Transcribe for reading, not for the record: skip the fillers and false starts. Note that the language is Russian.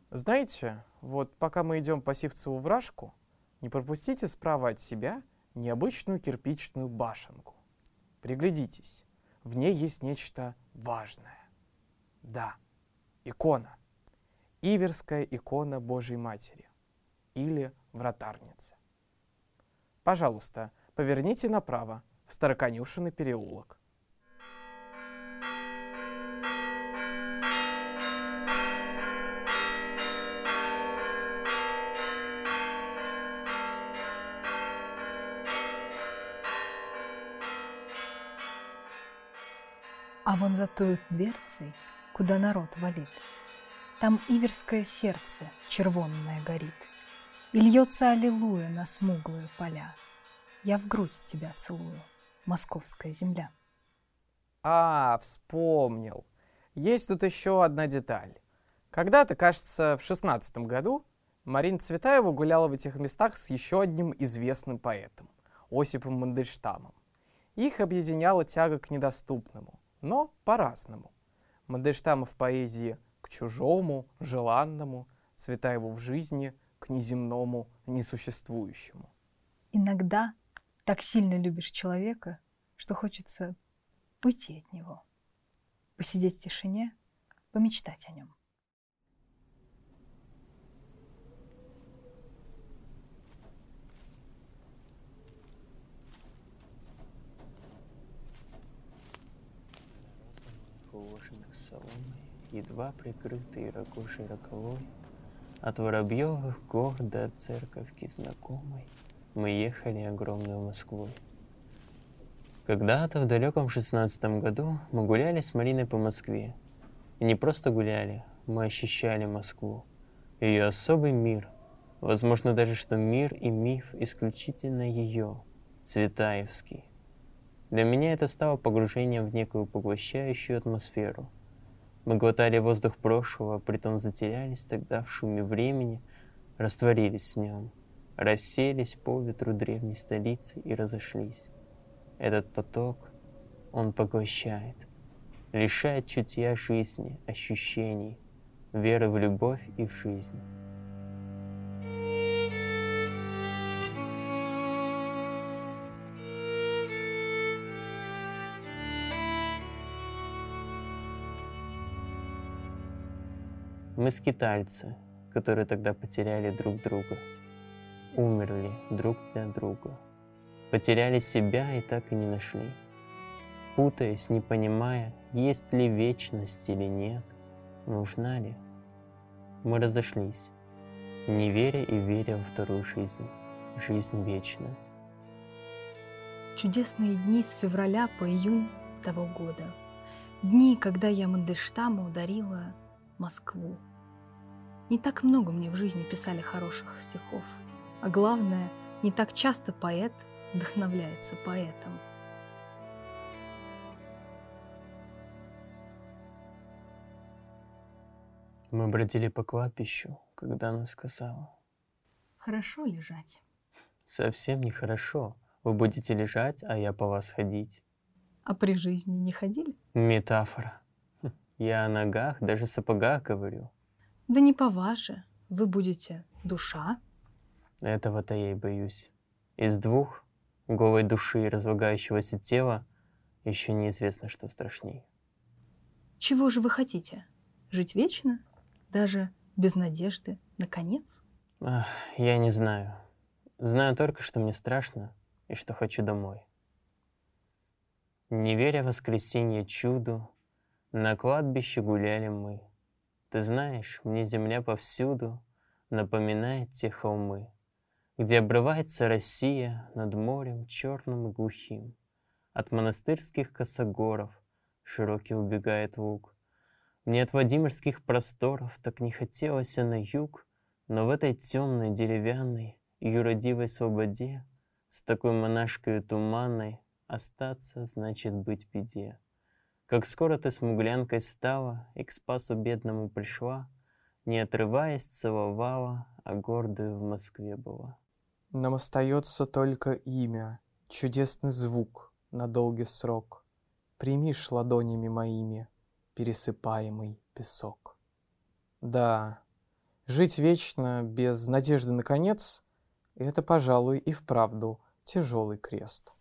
Знаете, вот пока мы идем по Сивцеву вражку, не пропустите справа от себя необычную кирпичную башенку. Приглядитесь, в ней есть нечто важное. Да, икона. Иверская икона Божьей Матери или Вратарницы. Пожалуйста, поверните направо в Староконюшенный переулок. А вон за той дверцей, куда народ валит, там иверское сердце червонное горит, и льется аллилуйя на смуглые поля. Я в грудь тебя целую, московская земля. Вспомнил. Есть тут еще одна деталь. Когда-то, кажется, в 16 году Марина Цветаева гуляла в этих местах с еще одним известным поэтом, Осипом Мандельштамом. Их объединяла тяга к недоступному, но по-разному. Мандельштама в поэзии к чужому, желанному, Цветаеву в жизни к неземному, несуществующему. Иногда так сильно любишь человека, что хочется уйти от него, посидеть в тишине, помечтать о нем. Уложенных соломой, едва прикрытый ракушей роковой, от Воробьевых гор до церковки знакомой мы ехали огромную Москвой. Когда-то в далеком 16 году мы гуляли с Мариной по Москве. И не просто гуляли, мы ощущали Москву, ее особый мир. Возможно даже, что мир и миф исключительно ее, Цветаевский. Для меня это стало погружением в некую поглощающую атмосферу. Мы глотали воздух прошлого, притом затерялись тогда в шуме времени, растворились в нем, расселись по ветру древней столицы и разошлись. Этот поток, он поглощает, лишает чутья жизни, ощущений, веры в любовь и в жизнь. Мы скитальцы, которые тогда потеряли друг друга, умерли друг для друга, потеряли себя и так и не нашли. Путаясь, не понимая, есть ли вечность или нет, нужна ли, мы разошлись, не веря и веря во вторую жизнь, жизнь вечную. Чудесные дни с февраля по июнь того года. Дни, когда я Мандельштама ударила Москву. Не так много мне в жизни писали хороших стихов, а главное, не так часто поэт вдохновляется поэтом. Мы бродили по кладбищу, когда она сказала: Хорошо лежать. совсем нехорошо, вы будете лежать, а я по вас ходить. А при жизни не ходили? Метафора. Я о ногах, даже сапогах говорю. Да не по вас же. Вы будете душа. Этого-то я и боюсь. Из двух, голой души и разлагающегося тела, еще неизвестно, что страшней. Чего же вы хотите? Жить вечно? Даже без надежды на конец? Ах, я не знаю. Знаю только, что мне страшно и что хочу домой. Не веря в воскресенье чуду, на кладбище гуляли мы. Ты знаешь, мне земля повсюду напоминает те холмы, где обрывается Россия над морем черным и глухим. От монастырских косогоров широкий убегает луг. Мне от Владимирских просторов так не хотелось на юг, но в этой темной деревянной юродивой свободе с такой монашкой туманной остаться значит быть в беде. Как скоро ты смуглянкой стала и к спасу бедному пришла, не отрываясь целовала, а гордою в Москве была. Нам остается только имя, чудесный звук на долгий срок. Примишь ладонями моими пересыпаемый песок. Да, Жить вечно без надежды на конец — это, пожалуй, и вправду тяжелый крест.